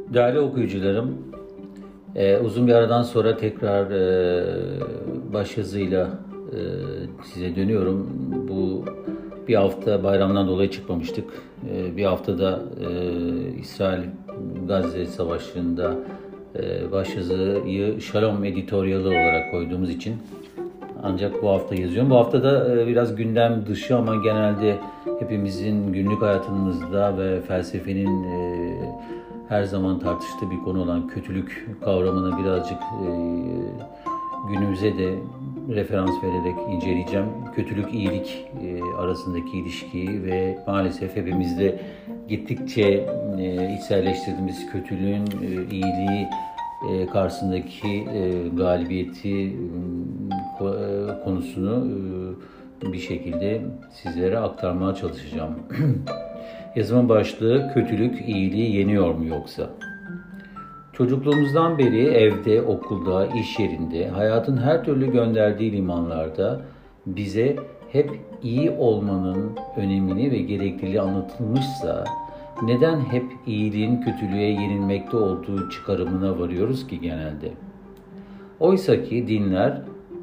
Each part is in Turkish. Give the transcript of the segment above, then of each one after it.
Değerli okuyucularım, uzun bir aradan sonra tekrar başyazıyla size dönüyorum. Bu bir hafta bayramdan dolayı çıkmamıştık. Bir haftada İsrail-Gazze Savaşı'nda başyazıyı Shalom editöryalı olarak koyduğumuz için ancak bu hafta yazıyorum. Bu hafta da biraz gündem dışı ama genelde hepimizin günlük hayatımızda ve felsefenin her zaman tartıştığı bir konu olan kötülük kavramını birazcık günümüze de referans vererek inceleyeceğim. Kötülük, iyilik arasındaki ilişkiyi ve maalesef hepimizde gittikçe içselleştirdiğimiz kötülüğün iyiliği karşısındaki galibiyeti konusunu bir şekilde sizlere aktarmaya çalışacağım. Yazımın başlığı kötülük iyiliği yeniyor mu yoksa? Çocukluğumuzdan beri evde, okulda, iş yerinde, hayatın her türlü gönderdiği limanlarda bize hep iyi olmanın önemini ve gerekliliği anlatılmışsa neden hep iyiliğin kötülüğe yenilmekte olduğu çıkarımına varıyoruz ki genelde? Oysa ki dinler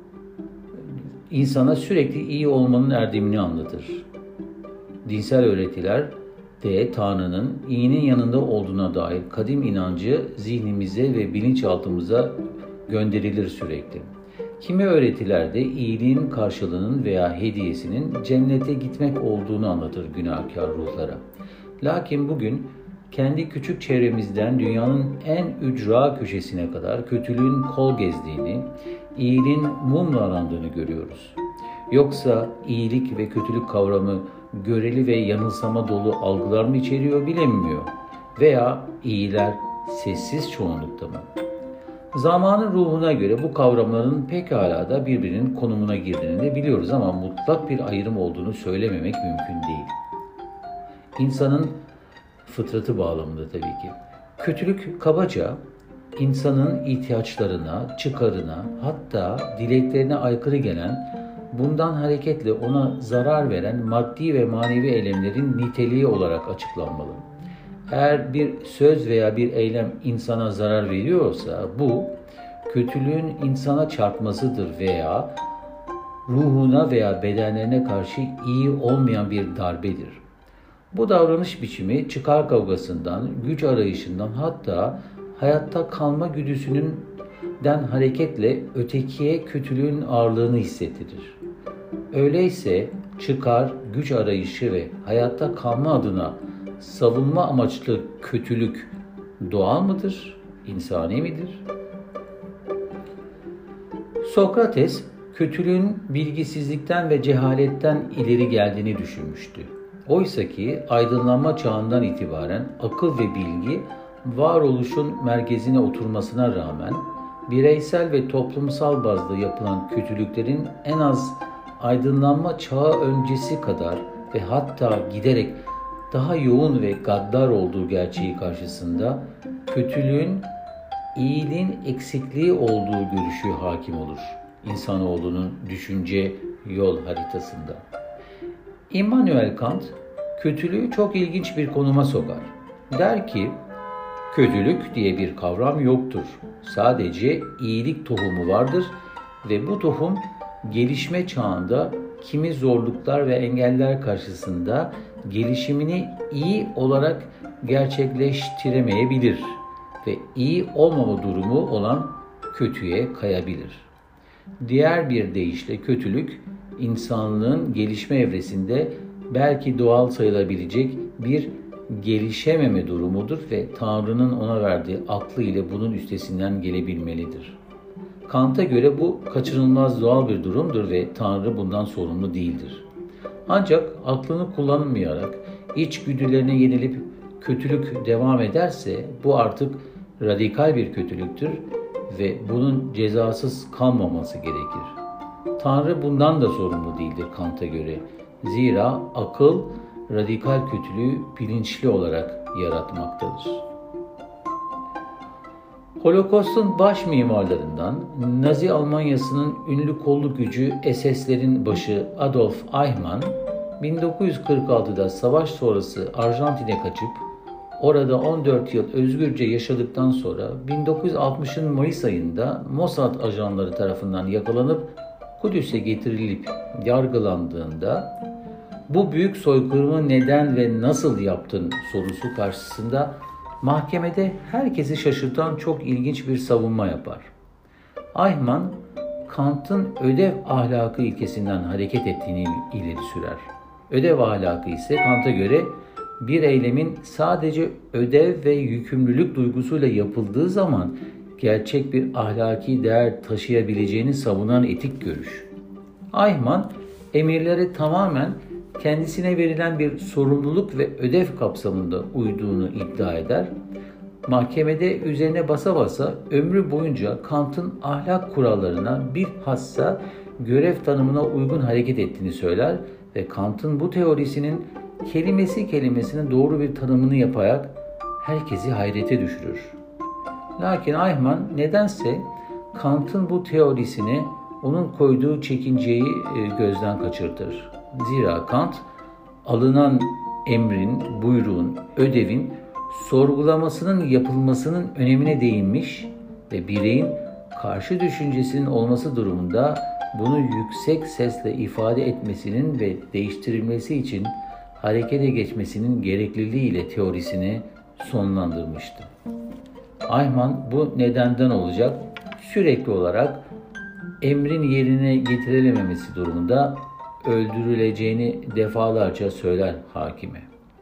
insana sürekli iyi olmanın erdemini anlatır. Dinsel öğretiler de Tanrı'nın iyinin yanında olduğuna dair kadim inancı zihnimize ve bilinçaltımıza gönderilir sürekli. Kimi öğretilerde iyiliğin karşılığının veya hediyesinin cennete gitmek olduğunu anlatır günahkar ruhlara. Lakin bugün kendi küçük çevremizden dünyanın en ücra köşesine kadar kötülüğün kol gezdiğini, iyiliğin mumla arandığını görüyoruz. Yoksa iyilik ve kötülük kavramı göreli ve yanılsama dolu algılar mı içeriyor bilinmiyor. Veya iyiler sessiz çoğunlukta mı? Zamanın ruhuna göre bu kavramların pekala da birbirinin konumuna girdiğini de biliyoruz ama mutlak bir ayrım olduğunu söylememek mümkün değil. İnsanın fıtratı bağlamında tabii ki. Kötülük kabaca insanın ihtiyaçlarına, çıkarına, hatta dileklerine aykırı gelen, bundan hareketle ona zarar veren maddi ve manevi eylemlerin niteliği olarak açıklanmalı. Eğer bir söz veya bir eylem insana zarar veriyorsa bu kötülüğün insana çarpmasıdır veya ruhuna veya bedenlerine karşı iyi olmayan bir darbedir. Bu davranış biçimi çıkar kavgasından, güç arayışından hatta hayatta kalma güdüsünden hareketle ötekiye kötülüğün ağırlığını hissettirir. Öyleyse çıkar, güç arayışı ve hayatta kalma adına savunma amaçlı kötülük doğal mıdır, insani midir? Sokrates, kötülüğün bilgisizlikten ve cehaletten ileri geldiğini düşünmüştü. Oysa ki aydınlanma çağından itibaren akıl ve bilgi varoluşun merkezine oturmasına rağmen bireysel ve toplumsal bazda yapılan kötülüklerin en az aydınlanma çağı öncesi kadar ve hatta giderek daha yoğun ve gaddar olduğu gerçeği karşısında kötülüğün iyiliğin eksikliği olduğu görüşü hakim olur insanoğlunun düşünce yol haritasında. Immanuel Kant kötülüğü çok ilginç bir konuma sokar. Der ki, kötülük diye bir kavram yoktur. Sadece iyilik tohumu vardır ve bu tohum gelişme çağında kimi zorluklar ve engeller karşısında gelişimini iyi olarak gerçekleştiremeyebilir ve iyi olmama durumu olan kötüye kayabilir. Diğer bir deyişle kötülük, insanlığın gelişme evresinde belki doğal sayılabilecek bir gelişememe durumudur ve Tanrı'nın ona verdiği aklı ile bunun üstesinden gelebilmelidir. Kant'a göre bu kaçınılmaz doğal bir durumdur ve Tanrı bundan sorumlu değildir. Ancak aklını kullanmayarak içgüdülerine yenilip kötülük devam ederse bu artık radikal bir kötülüktür ve bunun cezasız kalmaması gerekir. Tanrı bundan da sorumlu değildir Kant'a göre. Zira akıl radikal kötülüğü bilinçli olarak yaratmaktadır. Holokost'un baş mimarlarından Nazi Almanyası'nın ünlü kolluk gücü SS'lerin başı Adolf Eichmann 1946'da savaş sonrası Arjantin'e kaçıp Orada 14 yıl özgürce yaşadıktan sonra 1960'ın Mayıs ayında Mossad ajanları tarafından yakalanıp Kudüs'e getirilip yargılandığında bu büyük soykırımı neden ve nasıl yaptın sorusu karşısında mahkemede herkesi şaşırtan çok ilginç bir savunma yapar. Eichmann, Kant'ın ödev ahlakı ilkesinden hareket ettiğini ileri sürer. Ödev ahlakı ise Kant'a göre bir eylemin sadece ödev ve yükümlülük duygusuyla yapıldığı zaman gerçek bir ahlaki değer taşıyabileceğini savunan etik görüş. Eichmann, emirleri tamamen kendisine verilen bir sorumluluk ve ödev kapsamında uyduğunu iddia eder. Mahkemede üzerine basa basa ömrü boyunca Kant'ın ahlak kurallarına bilhassa görev tanımına uygun hareket ettiğini söyler ve Kant'ın bu teorisinin kelimesi kelimesine doğru bir tanımını yaparak herkesi hayrete düşürür. Lakin Eichmann nedense Kant'ın bu teorisini onun koyduğu çekinceyi gözden kaçırtır. Zira Kant alınan emrin, buyruğun, ödevin sorgulamasının yapılmasının önemine değinmiş ve bireyin karşı düşüncesinin olması durumunda bunu yüksek sesle ifade etmesinin ve değiştirilmesi için harekete geçmesinin gerekliliğiyle teorisini sonlandırmıştı. Eichmann bu nedenden olacak sürekli olarak emrin yerine getirilememesi durumunda öldürüleceğini defalarca söyler hakime.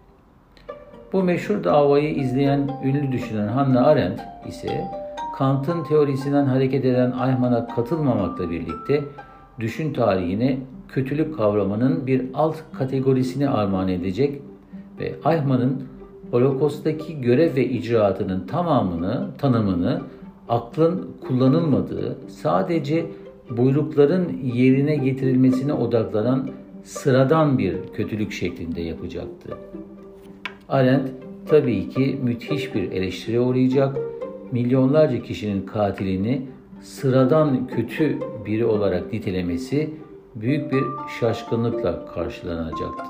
Bu meşhur davayı izleyen ünlü düşünen Hannah Arendt ise Kant'ın teorisinden hareket eden Eichmann'a katılmamakla birlikte düşün tarihine kötülük kavramının bir alt kategorisini armağan edecek ve Eichmann'ın Holokost'taki görev ve icraatının tanımını aklın kullanılmadığı, sadece buyrukların yerine getirilmesine odaklanan sıradan bir kötülük şeklinde yapacaktı. Arendt tabii ki müthiş bir eleştiriye uğrayacak, milyonlarca kişinin katilini sıradan kötü biri olarak nitelemesi büyük bir şaşkınlıkla karşılanacaktı.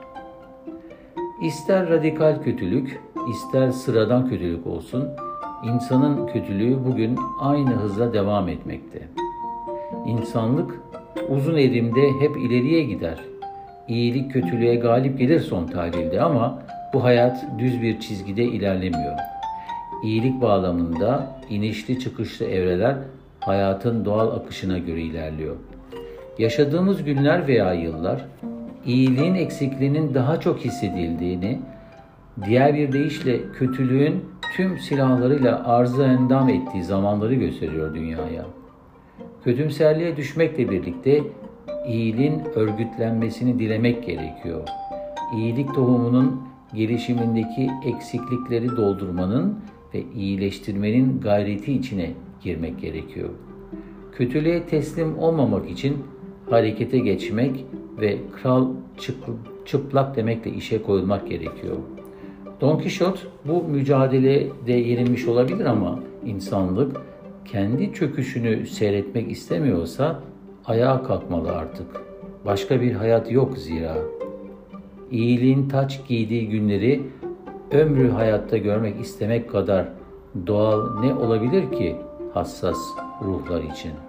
İster radikal kötülük, ister sıradan kötülük olsun, insanın kötülüğü bugün aynı hızla devam etmekte. İnsanlık uzun erimde hep ileriye gider. İyilik kötülüğe galip gelir son tahlilde ama bu hayat düz bir çizgide ilerlemiyor. İyilik bağlamında inişli çıkışlı evreler hayatın doğal akışına göre ilerliyor. Yaşadığımız günler veya yıllar iyiliğin eksikliğinin daha çok hissedildiğini, diğer bir deyişle kötülüğün tüm silahlarıyla arıza endam ettiği zamanları gösteriyor dünyaya. Kötümserliğe düşmekle birlikte iyiliğin örgütlenmesini dilemek gerekiyor. İyilik tohumunun gelişimindeki eksiklikleri doldurmanın ve iyileştirmenin gayreti içine girmek gerekiyor. Kötülüğe teslim olmamak için harekete geçmek ve kral çıplak demekle işe koyulmak gerekiyor. Don Kişot bu mücadelede yenilmiş olabilir ama insanlık kendi çöküşünü seyretmek istemiyorsa ayağa kalkmalı artık. Başka bir hayat yok zira. İyiliğin taç giydiği günleri ömrü hayatta görmek istemek kadar doğal ne olabilir ki hassas ruhlar için?